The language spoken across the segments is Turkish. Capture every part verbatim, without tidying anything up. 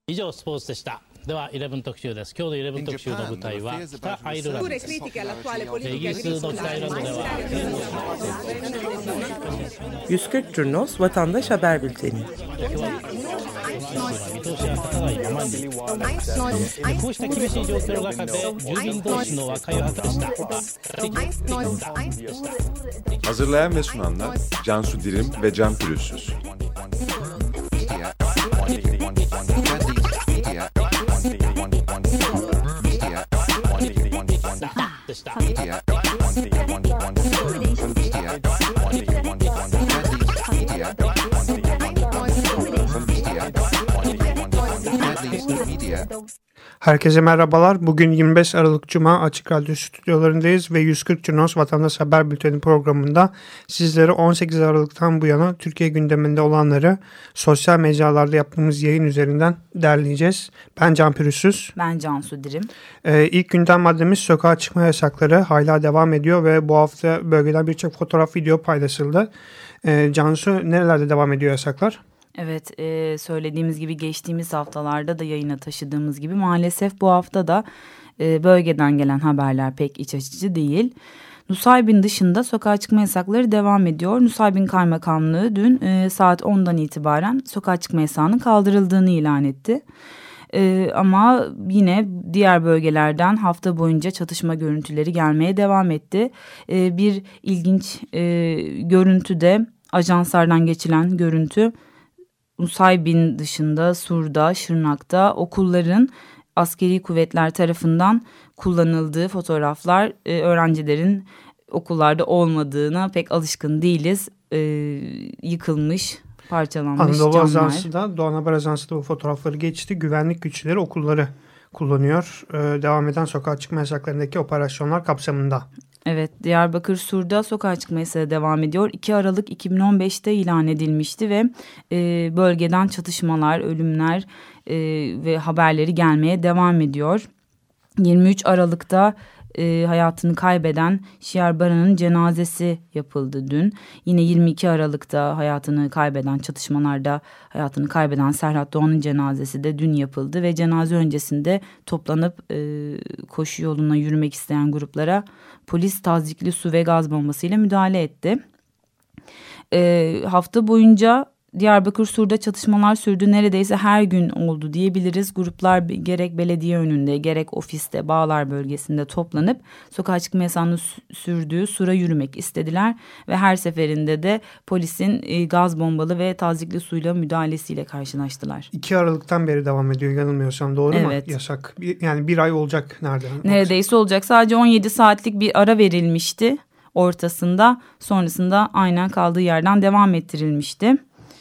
以上スポーツでした。ではじゅういち特集です。今日のじゅういち特集の舞台は北アイルランドです。イギリスの北アイルランドでは yüz kırk Curnos Vatandaş Haber Bülteni. 見通しが立たないままにこうした厳しい状況の中で住民同士の和解を果たした。 Hazırlayan ve sunanlar Cansu Dirim ve Can Pürüzsüz. Herkese merhabalar. Bugün yirmi beş Aralık Cuma Açık Radyo stüdyolarındayız ve yüz kırk Curnos Vatandaş Haber Bülteni programında sizlere on sekiz Aralık'tan bu yana Türkiye gündeminde olanları sosyal mecralarda yaptığımız yayın üzerinden derleyeceğiz. Ben Can Pürüzsüz. Ben Cansu Dirim. Ee, ilk gündem maddemiz sokağa çıkma yasakları hala devam ediyor ve bu hafta bölgeden birçok fotoğraf, video paylaşıldı. Ee, Cansu, nerelerde devam ediyor yasaklar? Evet, e, söylediğimiz gibi geçtiğimiz haftalarda da yayına taşıdığımız gibi maalesef bu hafta da e, bölgeden gelen haberler pek iç açıcı değil. Nusaybin dışında sokağa çıkma yasakları devam ediyor. Nusaybin Kaymakamlığı dün e, saat ondan itibaren sokağa çıkma yasağının kaldırıldığını ilan etti. E, ama yine diğer bölgelerden hafta boyunca çatışma görüntüleri gelmeye devam etti. E, bir ilginç e, görüntü de ajanslardan geçilen görüntü. Nusaybin dışında Sur'da, Şırnak'ta okulların askeri kuvvetler tarafından kullanıldığı fotoğraflar, e, öğrencilerin okullarda olmadığına pek alışkın değiliz. E, yıkılmış, parçalanmış Anadolu camlar. Ajansı da, Doğan Haber Ajansı da bu fotoğrafları geçti. Güvenlik güçleri okulları kullanıyor. E, devam eden sokağa çıkma yasaklarındaki operasyonlar kapsamında. Evet, Diyarbakır Sur'da sokağa çıkma yasağı devam ediyor. iki Aralık iki bin on beşte ilan edilmişti ve e, bölgeden çatışmalar, ölümler e, ve haberleri gelmeye devam ediyor. yirmi üç Aralık'ta e, hayatını kaybeden Şiar Baran'ın cenazesi yapıldı dün. Yine yirmi iki Aralık'ta hayatını kaybeden, çatışmalarda hayatını kaybeden Serhat Doğan'ın cenazesi de dün yapıldı ve cenaze öncesinde toplanıp e, koşu yoluna yürümek isteyen gruplara polis tazikli su ve gaz bombasıyla müdahale etti. E, hafta boyunca Diyarbakır Sur'da çatışmalar sürdü. Neredeyse her gün oldu diyebiliriz. Gruplar gerek belediye önünde gerek ofiste, Bağlar bölgesinde toplanıp sokağa çıkma yasağının sürdüğü Sur'a yürümek istediler. Ve her seferinde de polisin gaz bombalı ve tazikli suyla müdahalesiyle karşılaştılar. iki Aralık'tan beri devam ediyor yanılmıyorsam, doğru evet. mu yasak? Bir, yani bir ay olacak nereden? Neredeyse olacak. Sadece on yedi saatlik bir ara verilmişti ortasında. Sonrasında aynen kaldığı yerden devam ettirilmişti.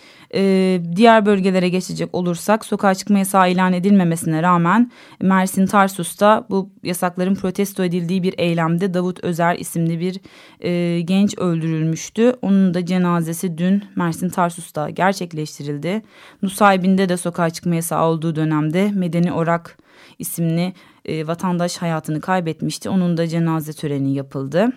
Ee, diğer bölgelere geçecek olursak sokağa çıkma yasağı ilan edilmemesine rağmen Mersin Tarsus'ta bu yasakların protesto edildiği bir eylemde Davut Özer isimli bir e, genç öldürülmüştü. Onun da cenazesi dün Mersin Tarsus'ta gerçekleştirildi. Nusaybin'de de sokağa çıkma yasağı olduğu dönemde Medeni Orak isimli e, vatandaş hayatını kaybetmişti. Onun da cenaze töreni yapıldı.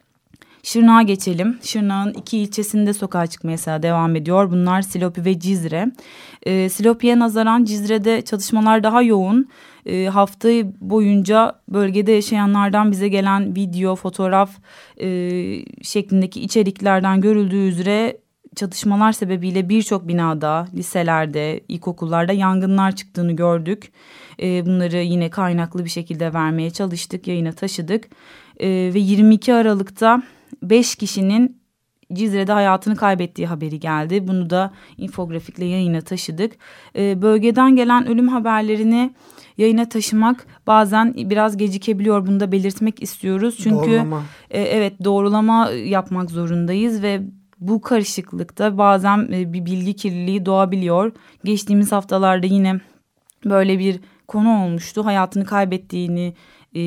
Şırnak'a geçelim. Şırnak'ın iki ilçesinde sokağa çıkma yasağı devam ediyor. Bunlar Silopi ve Cizre. E, Silopi'ye nazaran Cizre'de çatışmalar daha yoğun. E, hafta boyunca bölgede yaşayanlardan bize gelen video, fotoğraf e, şeklindeki içeriklerden görüldüğü üzere çatışmalar sebebiyle birçok binada, liselerde, ilkokullarda yangınlar çıktığını gördük. E, bunları yine kaynaklı bir şekilde vermeye çalıştık, yayına taşıdık. E, ve yirmi iki Aralık'ta beş kişinin Cizre'de hayatını kaybettiği haberi geldi. Bunu da infografikle yayına taşıdık. E, bölgeden gelen ölüm haberlerini yayına taşımak bazen biraz gecikebiliyor. Bunu da belirtmek istiyoruz. Çünkü doğrulama. E, evet doğrulama yapmak zorundayız ve bu karışıklıkta bazen e, bir bilgi kirliliği doğabiliyor. Geçtiğimiz haftalarda yine böyle bir konu olmuştu. Hayatını kaybettiğini e,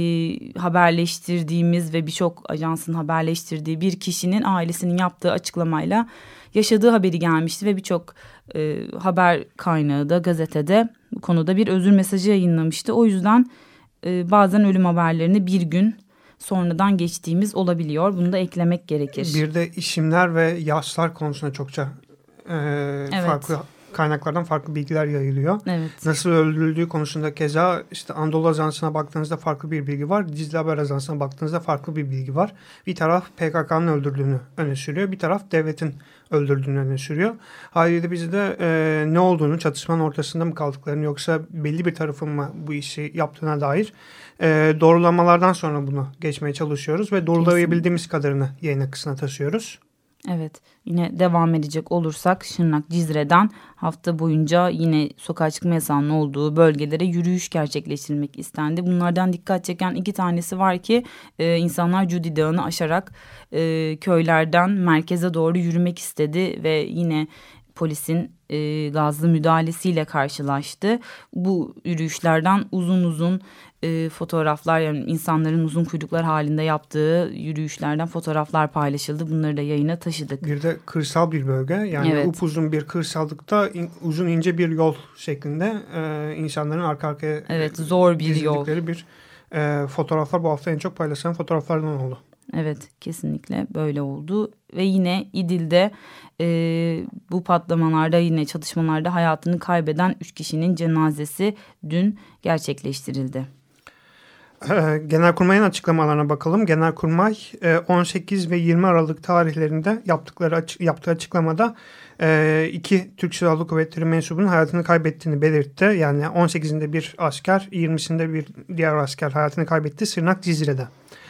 haberleştirdiğimiz ve birçok ajansın haberleştirdiği bir kişinin ailesinin yaptığı açıklamayla yaşadığı haberi gelmişti ve birçok e, haber kaynağı da gazetede bu konuda bir özür mesajı yayınlamıştı. O yüzden e, bazen ölüm haberlerini bir gün sonradan geçtiğimiz olabiliyor. Bunu da eklemek gerekir. Bir de isimler ve yaşlar konusunda çokça e, evet. farklı kaynaklardan farklı bilgiler yayılıyor. Evet. Nasıl öldürüldüğü konusunda keza işte Anadolu Ajansı'na baktığınızda farklı bir bilgi var. Dizli Haber Ajansı'na baktığınızda farklı bir bilgi var. Bir taraf P K K'nın öldürdüğünü öne sürüyor. Bir taraf devletin öldürdüğünü öne sürüyor. Haliyle biz de e, ne olduğunu, çatışmanın ortasında mı kaldıklarını yoksa belli bir tarafın mı bu işi yaptığına dair e, doğrulamalardan sonra bunu geçmeye çalışıyoruz ve doğrulayabildiğimiz kadarını yayın akışına taşıyoruz. Evet, yine devam edecek olursak Şırnak Cizre'den hafta boyunca yine sokağa çıkma yasağının olduğu bölgelere yürüyüş gerçekleştirilmek istendi. Bunlardan dikkat çeken iki tanesi var ki e, insanlar Cudi Dağı'nı aşarak e, köylerden merkeze doğru yürümek istedi ve yine polisin e, gazlı müdahalesiyle karşılaştı. Bu yürüyüşlerden uzun uzun e, fotoğraflar, yani insanların uzun kuyruklar halinde yaptığı yürüyüşlerden fotoğraflar paylaşıldı. Bunları da yayına taşıdık. Bir de kırsal bir bölge, yani evet. upuzun bir kırsallıkta in, uzun ince bir yol şeklinde e, insanların arka arkaya evet, zor bir yol. bir e, fotoğraflar bu hafta en çok paylaşılan fotoğraflardan oldu. Evet, kesinlikle böyle oldu ve yine İdil'de e, bu patlamalarda, yine çatışmalarda hayatını kaybeden üç kişinin cenazesi dün gerçekleştirildi. Genelkurmay'ın açıklamalarına bakalım. Genelkurmay on sekiz ve yirmi Aralık tarihlerinde yaptıkları yaptığı açıklamada iki Türk Silahlı Kuvvetleri mensubunun hayatını kaybettiğini belirtti. Yani on sekizinde bir asker, yirmisinde bir diğer asker hayatını kaybetti Şırnak Cizre'de.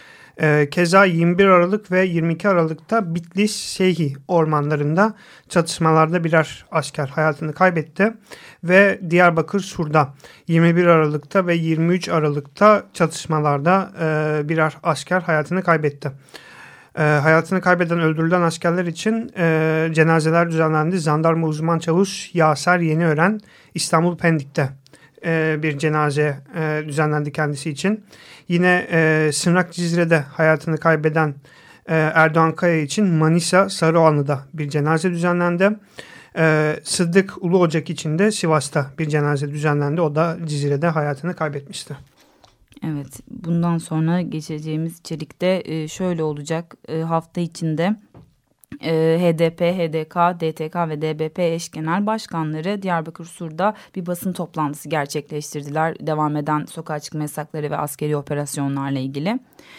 Keza yirmi bir Aralık ve yirmi iki Aralık'ta Bitlis-Seyhi ormanlarında çatışmalarda birer asker hayatını kaybetti. Ve Diyarbakır Sur'da yirmi bir Aralık'ta ve yirmi üç Aralık'ta çatışmalarda birer asker hayatını kaybetti. Hayatını kaybeden, öldürülen askerler için cenazeler düzenlendi. Jandarma uzman çavuş Yaser Yeniören İstanbul Pendik'te bir cenaze düzenlendi kendisi için. Yine e, Şırnak Cizre'de hayatını kaybeden e, Erdoğan Kaya için Manisa Sarıoğlu'da bir cenaze düzenlendi. E, Sıddık Ulu Ocak için de Sivas'ta bir cenaze düzenlendi. O da Cizre'de hayatını kaybetmişti. Evet, bundan sonra geçeceğimiz içerikte e, şöyle olacak. E, hafta içinde H D P, H D K, D T K ve D B P eş genel başkanları Diyarbakır Sur'da bir basın toplantısı gerçekleştirdiler. Devam eden sokağa çıkma yasakları ve askeri operasyonlarla ilgili.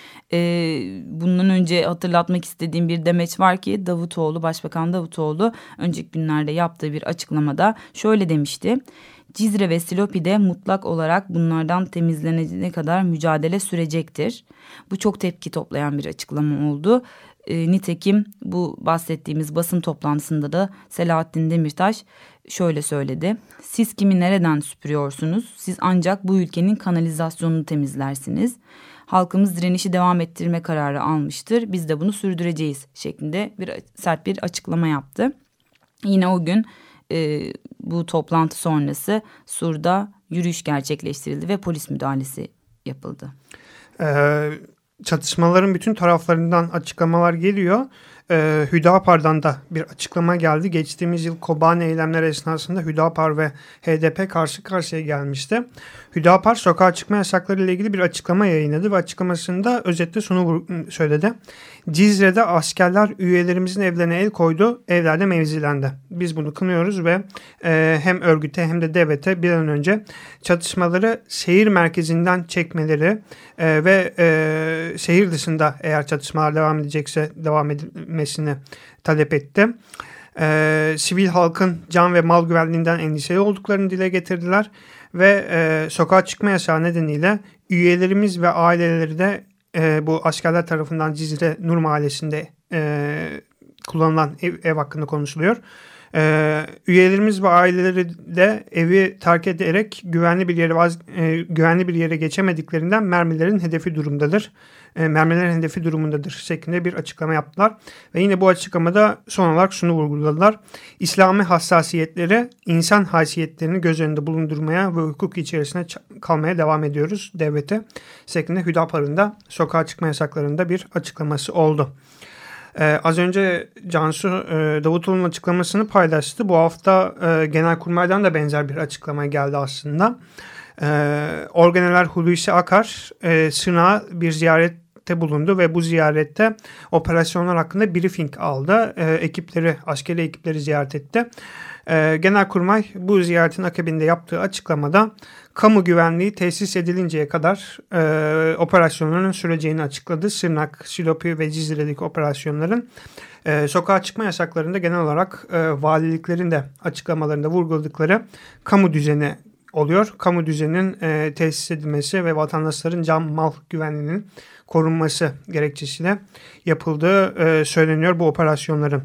Ee, bundan önce hatırlatmak istediğim bir demeç var ki Davutoğlu, Başbakan Davutoğlu önceki günlerde yaptığı bir açıklamada şöyle demişti. Cizre ve Silopi'de mutlak olarak bunlardan temizlenene kadar mücadele sürecektir. Bu çok tepki toplayan bir açıklama oldu. E, nitekim bu bahsettiğimiz basın toplantısında da Selahattin Demirtaş şöyle söyledi. Siz kimi nereden süpürüyorsunuz? Siz ancak bu ülkenin kanalizasyonunu temizlersiniz. Halkımız direnişi devam ettirme kararı almıştır. Biz de bunu sürdüreceğiz şeklinde bir sert bir açıklama yaptı. Yine o gün e, bu toplantı sonrası Sur'da yürüyüş gerçekleştirildi ve polis müdahalesi yapıldı. Ee, çatışmaların bütün taraflarından açıklamalar geliyor. Ee, Hüdapar'dan da bir açıklama geldi. Geçtiğimiz yıl Kobani eylemleri esnasında Hüdapar ve H D P karşı karşıya gelmişti. Hüdapar sokağa çıkma yasakları ile ilgili bir açıklama yayınladı ve açıklamasında özetle şunu söyledi. Cizre'de askerler üyelerimizin evlerine el koydu, evlerde mevzilendi. Biz bunu kınıyoruz ve e, hem örgüte hem de devlete bir an önce çatışmaları şehir merkezinden çekmeleri e, ve e, şehir dışında eğer çatışmalar devam edecekse devam edilmesini talep etti. E, sivil halkın can ve mal güvenliğinden endişeli olduklarını dile getirdiler ve e, sokağa çıkma yasağı nedeniyle üyelerimiz ve aileleri de e, bu askerler tarafından Cizre Nur Mahallesi'nde e, kullanılan ev, ev hakkında konuşuluyor. E, üyelerimiz ve aileleri de evi terk ederek güvenli bir yere vaz, e, güvenli bir yere geçemediklerinden mermilerin hedefi durumdadır. E, mermilerin hedefi durumundadır şeklinde bir açıklama yaptılar. Ve yine bu açıklamada son olarak şunu vurguladılar. İslami hassasiyetleri, insan haysiyetlerini göz önünde bulundurmaya ve hukuk içerisinde kalmaya devam ediyoruz devlete şeklinde Hüdapar'ın da sokağa çıkma yasaklarında bir açıklaması oldu. Ee, az önce Cansu e, Davutoğlu'nun açıklamasını paylaştı. Bu hafta e, Genelkurmay'dan da benzer bir açıklama geldi aslında. E, Orgeneral Hulusi Akar e, Şırnak'a bir ziyarette bulundu ve bu ziyarette operasyonlar hakkında briefing aldı. E, ekipleri, askeri ekipleri ziyaret etti. E, Genelkurmay bu ziyaretin akabinde yaptığı açıklamada kamu güvenliği tesis edilinceye kadar e, operasyonların süreceğini açıkladı. Sırnak, Silopi ve Cizre'deki operasyonların e, sokağa çıkma yasaklarında genel olarak e, valiliklerin de açıklamalarında vurguladıkları kamu düzeni oluyor. Kamu düzeninin e, tesis edilmesi ve vatandaşların can mal güvenliğinin korunması gerekçesiyle yapıldığı e, söyleniyor bu operasyonların.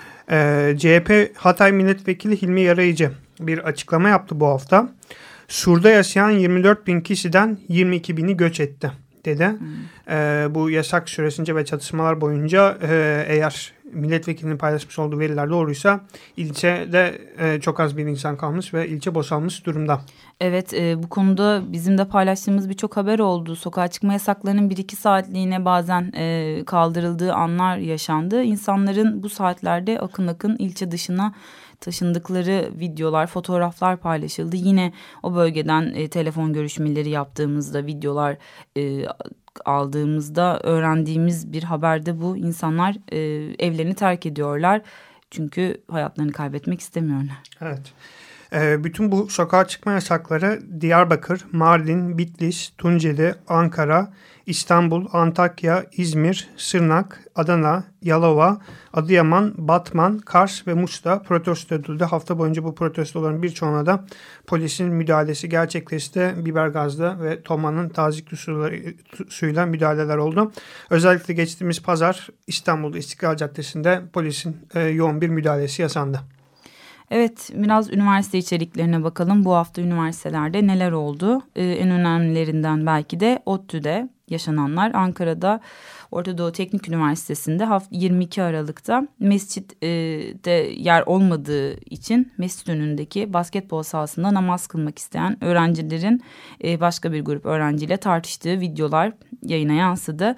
E, C H P Hatay Milletvekili Hilmi Yarayıcı bir açıklama yaptı bu hafta. Sur'da yaşayan yirmi dört bin kişiden yirmi iki bini göç etti dedi. Hmm. E, bu yasak süresince ve çatışmalar boyunca e, eğer milletvekilinin paylaşmış olduğu veriler doğruysa ilçede e, çok az bir insan kalmış ve ilçe boşalmış durumda. Evet, e, bu konuda bizim de paylaştığımız birçok haber oldu. Sokağa çıkma yasaklarının bir iki saatliğine bazen e, kaldırıldığı anlar yaşandı. İnsanların bu saatlerde akın akın ilçe dışına taşındıkları videolar, fotoğraflar paylaşıldı. Yine o bölgeden e, telefon görüşmeleri yaptığımızda, videolar e, aldığımızda öğrendiğimiz bir haberde bu. İnsanlar e, evlerini terk ediyorlar çünkü hayatlarını kaybetmek istemiyorlar. Evet. E, bütün bu sokağa çıkma yasakları Diyarbakır, Mardin, Bitlis, Tunceli, Ankara, İstanbul, Antakya, İzmir, Sırnak, Adana, Yalova, Adıyaman, Batman, Kars ve Muş'ta protesto edildi. Hafta boyunca bu protestoların birçoğuna da polisin müdahalesi gerçekleşti. Biber gazlı ve tomanın tazikli suyuyla müdahaleler oldu. Özellikle geçtiğimiz pazar İstanbul'da İstiklal Caddesi'nde polisin e, yoğun bir müdahalesi yaşandı. Evet, biraz üniversite içeriklerine bakalım. Bu hafta üniversitelerde neler oldu? Ee, en önemlilerinden belki de ODTÜ'de yaşananlar. Ankara'da Orta Doğu Teknik Üniversitesi'nde yirmi iki Aralık'ta mescitte yer olmadığı için mescit önündeki basketbol sahasında namaz kılmak isteyen öğrencilerin başka bir grup öğrenciyle tartıştığı videolar yayına yansıdı.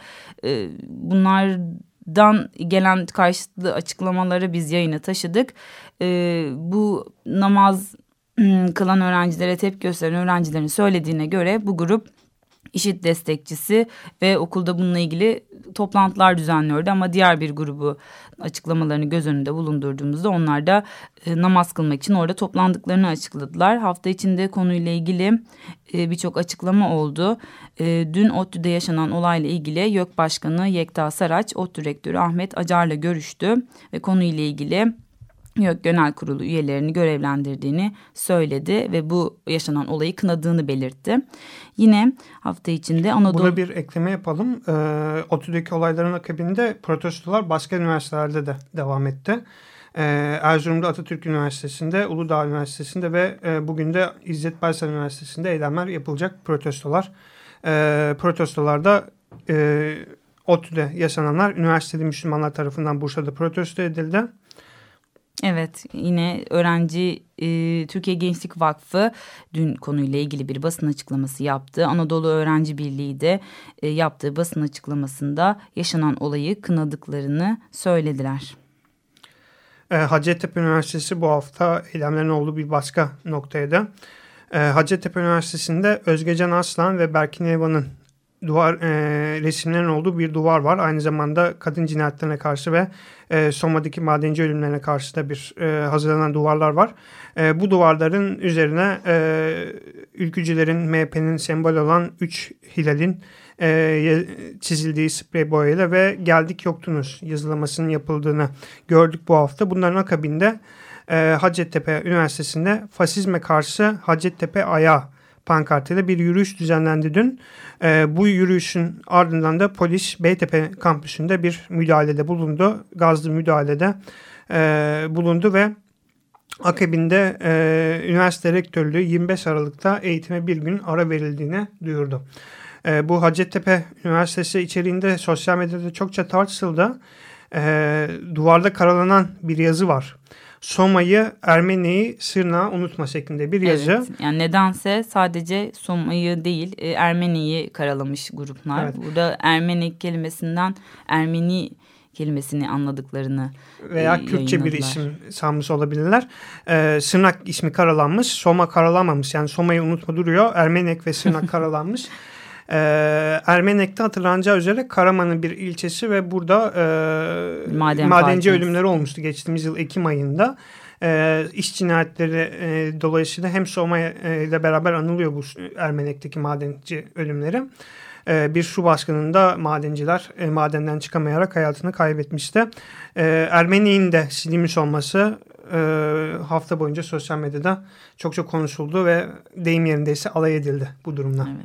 Bunlar dan gelen karşılıklı açıklamaları biz yayına taşıdık. Ee, bu namaz kılan öğrencilere tepki gösteren öğrencilerin söylediğine göre bu grup IŞİD destekçisi ve okulda bununla ilgili toplantılar düzenliyordu. Ama diğer bir grubu açıklamalarını göz önünde bulundurduğumuzda onlar da e, namaz kılmak için orada toplandıklarını açıkladılar. Hafta içinde konuyla ilgili e, birçok açıklama oldu. E, dün ODTÜ'de yaşanan olayla ilgili YÖK Başkanı Yekta Saraç, ODTÜ Rektörü Ahmet Acar'la görüştü ve konuyla ilgili YÖK Genel Kurulu üyelerini görevlendirdiğini söyledi ve bu yaşanan olayı kınadığını belirtti. Yine hafta içinde Anadolu... Buna bir ekleme yapalım. Ee, ODTÜ'deki olayların akabinde protestolar başka üniversitelerde de devam etti. Ee, Erzurum'da Atatürk Üniversitesi'nde, Uludağ Üniversitesi'nde ve e, bugün de İzzet Baysal Üniversitesi'nde eylemler yapılacak protestolar. Ee, protestolarda e, ODTÜ'de yaşananlar üniversiteli Müslümanlar tarafından Bursa'da protesto edildi. Evet, yine öğrenci e, Türkiye Gençlik Vakfı dün konuyla ilgili bir basın açıklaması yaptı. Anadolu Öğrenci Birliği de e, yaptığı basın açıklamasında yaşanan olayı kınadıklarını söylediler. E, Hacettepe Üniversitesi bu hafta eylemlerin olduğu bir başka noktaya da e, Hacettepe Üniversitesi'nde Özgecan Aslan ve Berkin Eyvan'ın duvar e, resimlerin olduğu bir duvar var. Aynı zamanda kadın cinayetlerine karşı ve e, Soma'daki madenci ölümlerine karşı da bir e, hazırlanan duvarlar var. E, bu duvarların üzerine e, ülkücülerin M H P'nin sembol olan üç hilalin e, çizildiği sprey boyayla ve geldik yoktunuz yazılamasının yapıldığını gördük bu hafta. Bunların akabinde e, Hacettepe Üniversitesi'nde faşizme karşı Hacettepe ayağı pankartıyla bir yürüyüş düzenlendi dün. E, bu yürüyüşün ardından da polis Beytepe kampüsünde bir müdahalede bulundu. Gazlı müdahalede e, bulundu ve akabinde e, üniversite rektörlüğü yirmi beş Aralık'ta eğitime bir gün ara verildiğini duyurdu. E, bu Hacettepe Üniversitesi içeriğinde sosyal medyada çokça tartışıldı. E, duvarda karalanan bir yazı var. Soma'yı, Ermeni'yi, Sırnak'ı unutma şeklinde bir yazı. Evet, yani nedense sadece Soma'yı değil Ermeni'yi karalamış gruplar. Evet. Burada Ermeni kelimesinden Ermeni kelimesini anladıklarını veya e, Kürtçe bir isim sanmış olabilirler. Ee, Sırnak ismi karalanmış, Soma karalanmamış. Yani Soma'yı unutma duruyor. Ermenek ve Sırnak karalanmış. Ee, Ermenek'te hatırlanacağı üzere Karaman'ın bir ilçesi ve burada e, Maden madenci faciası. ölümleri olmuştu geçtiğimiz yıl Ekim ayında. E, iş cinayetleri e, dolayısıyla hem Soma e, ile beraber anılıyor bu Ermenek'teki madenci ölümleri. E, bir su baskınında madenciler e, madenden çıkamayarak hayatını kaybetmişti. E, Ermenek'in de silinmiş olması e, hafta boyunca sosyal medyada çok çok konuşuldu ve deyim yerindeyse alay edildi bu durumla. Evet.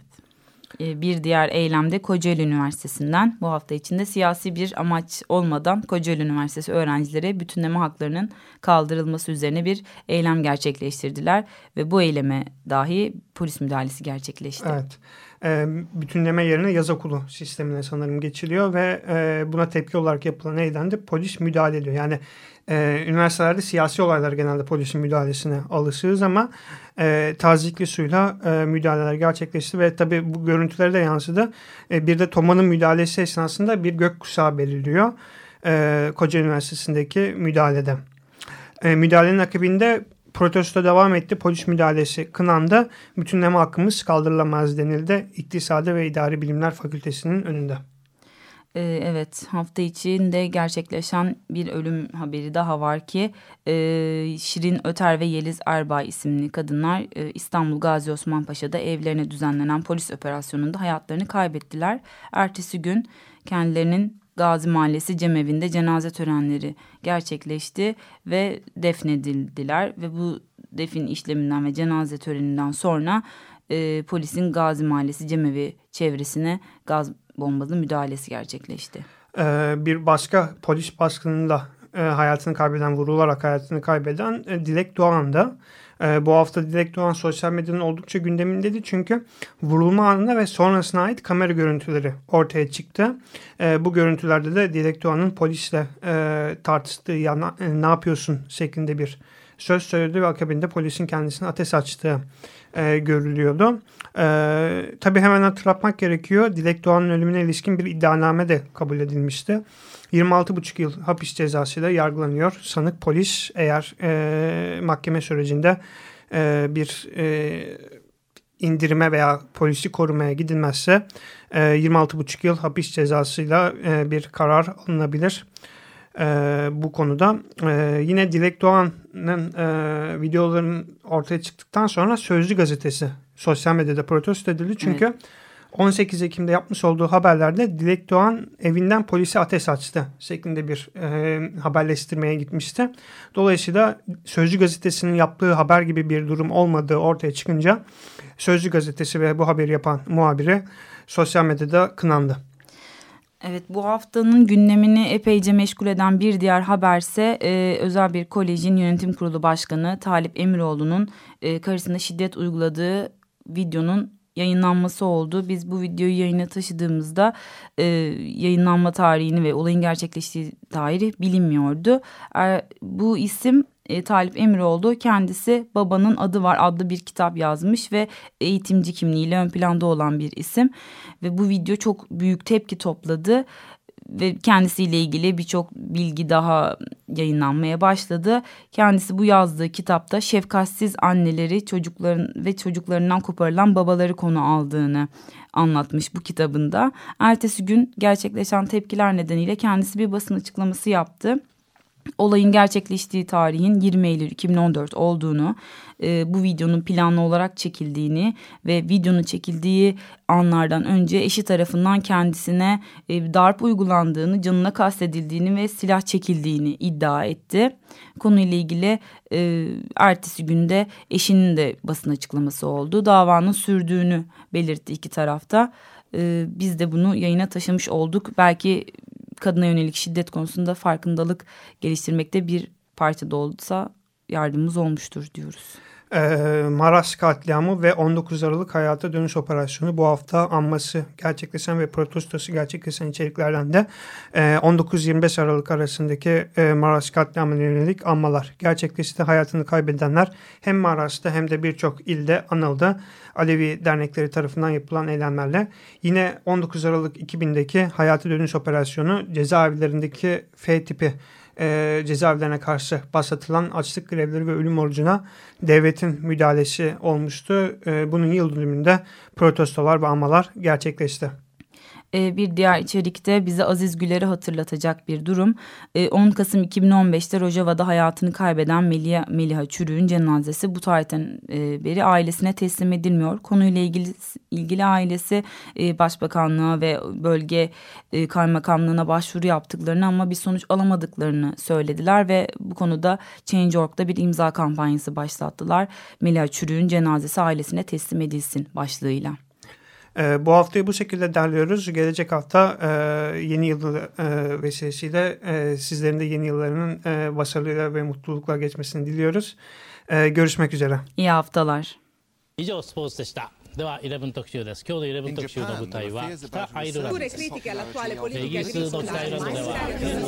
Bir diğer eylemde Kocaeli Üniversitesi'nden bu hafta içinde siyasi bir amaç olmadan Kocaeli Üniversitesi öğrencileri bütünleme haklarının kaldırılması üzerine bir eylem gerçekleştirdiler ve bu eyleme dahi polis müdahalesi gerçekleşti. Evet. E, bütünleme yerine yaz okulu sistemine sanırım geçiliyor ve e, buna tepki olarak yapılan eylemde polis müdahale ediyor. Yani e, üniversitelerde siyasi olaylar genelde polisin müdahalesine alışığız ama e, tazikli suyla e, müdahaleler gerçekleşti ve tabii bu görüntülere de yansıdı. E, bir de Toma'nın müdahalesi esnasında bir gökkuşağı belirliyor e, Kocaeli Üniversitesi'ndeki müdahalede. E, müdahalenin akabinde protesto devam etti. Polis müdahalesi kınandı. Bütünleme hakkımız kaldırılamaz denildi. İktisadi ve İdari Bilimler Fakültesi'nin önünde. Ee, evet, hafta içinde gerçekleşen bir ölüm haberi daha var ki e, Şirin Öter ve Yeliz Erbay isimli kadınlar e, İstanbul Gazi Osman Paşa'da evlerine düzenlenen polis operasyonunda hayatlarını kaybettiler. Ertesi gün kendilerinin Gazi Mahallesi Cemevi'nde cenaze törenleri gerçekleşti ve defnedildiler ve bu defin işleminden ve cenaze töreninden sonra e, polisin Gazi Mahallesi Cemevi çevresine gaz bombalı müdahalesi gerçekleşti. Ee, bir başka polis baskınında e, hayatını kaybeden, vurularak hayatını kaybeden e, Dilek Doğan da. E, bu hafta Dilek Doğan sosyal medyanın oldukça gündemindeydi çünkü vurulma anına ve sonrasına ait kamera görüntüleri ortaya çıktı. E, bu görüntülerde de Dilek Doğan'ın polisle e, tartıştığı, ya na, e, ne yapıyorsun şeklinde bir söz söyledi ve akabinde polisin kendisine ateş açtığı e, görülüyordu. E, tabii hemen hatırlatmak gerekiyor. Dilek Doğan'ın ölümüne ilişkin bir iddianame de kabul edilmişti. yirmi altı buçuk yıl hapis cezasıyla yargılanıyor. Sanık polis eğer e, mahkeme sürecinde e, bir e, indirime veya polisi korumaya gidilmezse e, yirmi altı buçuk yıl hapis cezasıyla e, bir karar alınabilir. Ee, bu konuda ee, yine Dilek Doğan'ın e, videolarının ortaya çıktıktan sonra Sözcü gazetesi sosyal medyada protesto edildi. Çünkü evet. on sekiz Ekim'de yapmış olduğu haberlerde Dilek Doğan evinden polise ateş açtı şeklinde bir e, haberleştirmeye gitmişti. Dolayısıyla Sözcü gazetesinin yaptığı haber gibi bir durum olmadığı ortaya çıkınca Sözcü gazetesi ve bu haberi yapan muhabiri sosyal medyada kınandı. Evet, bu haftanın gündemini epeyce meşgul eden bir diğer haberse e, özel bir kolejin yönetim kurulu başkanı Talip Emiroğlu'nun e, karısına şiddet uyguladığı videonun yayınlanması oldu. Biz bu videoyu yayına taşıdığımızda e, yayınlanma tarihini ve olayın gerçekleştiği tarihi bilinmiyordu. E, bu isim E, Talip Emiroğlu, kendisi Babanın Adı Var adlı bir kitap yazmış ve eğitimci kimliğiyle ön planda olan bir isim ve bu video çok büyük tepki topladı ve kendisiyle ilgili birçok bilgi daha yayınlanmaya başladı. Kendisi bu yazdığı kitapta şefkatsiz anneleri, çocukların ve çocuklarından koparılan babaları konu aldığını anlatmış bu kitabında. Ertesi gün gerçekleşen tepkiler nedeniyle kendisi bir basın açıklaması yaptı. Olayın gerçekleştiği tarihin yirmi Eylül iki bin on dört olduğunu, e, bu videonun planlı olarak çekildiğini ve videonun çekildiği anlardan önce eşi tarafından kendisine e, darp uygulandığını, canına kastedildiğini ve silah çekildiğini iddia etti. Konuyla ilgili e, ertesi günde eşinin de basın açıklaması oldu. Davanın sürdüğünü belirtti iki tarafta. E, biz de bunu yayına taşımış olduk. Belki kadına yönelik şiddet konusunda farkındalık geliştirmekte bir parça da olsa yardımımız olmuştur diyoruz. Ee, Maraş katliamı ve on dokuz Aralık hayata dönüş operasyonu bu hafta anması gerçekleşen ve protestosu gerçekleşen içeriklerden de e, on dokuz yirmi beş Aralık arasındaki e, Maraş katliamına yönelik anmalar gerçekleşti. Hayatını kaybedenler hem Maraş'ta hem de birçok ilde anıldı. Alevi dernekleri tarafından yapılan eylemlerle. Yine on dokuz Aralık iki bindeki hayata dönüş operasyonu cezaevlerindeki F tipi E, cezaevlerine karşı başlatılan açlık grevleri ve ölüm orucuna devletin müdahalesi olmuştu. E, bunun yıl dönümünde protestolar ve anmalar gerçekleşti. E, bir diğer içerikte bize Aziz Güler'i hatırlatacak bir durum. E, on Kasım iki bin on beşte Rojava'da hayatını kaybeden Meliha, Meliha Çürük'ün cenazesi bu tarihten e, beri ailesine teslim edilmiyor. Konuyla ilgili ilgili ailesi e, Başbakanlığa ve bölge e, kaymakamlığına başvuru yaptıklarını ama bir sonuç alamadıklarını söylediler ve bu konuda Change nokta org'da bir imza kampanyası başlattılar. Meliha Çürük'ün cenazesi ailesine teslim edilsin başlığıyla. E, bu haftayı bu şekilde derliyoruz. Gelecek hafta e, yeni yıl e, vesilesiyle e, sizlerin de yeni yıllarının e, başarıyla ve mutlulukla geçmesini diliyoruz. E, görüşmek üzere. İyi haftalar. 以上スポーツでした。ではじゅういち特集です。今日のじゅういち特集の舞台は北アイルランドです。イギリスの北アイルランドでは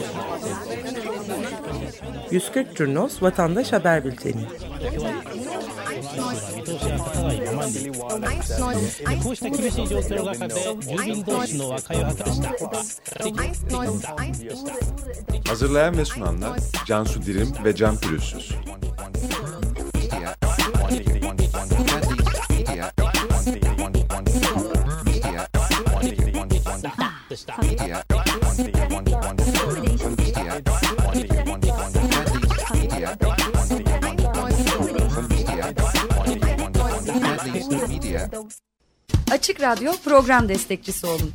yüz kırk Curnos Vatandaş Haber Bülteni. こうした厳しい状況の中で住民同士の和解を図りました。 Hazırlayan ve sunanlar Cansu Dirim ve Can Pürüzsüz. Açık Radyo program destekçisi olun.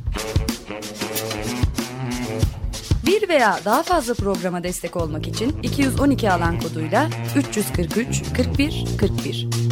Bir veya daha fazla programa destek olmak için iki yüz on iki alan koduyla üç yüz kırk üç kırk bir kırk bir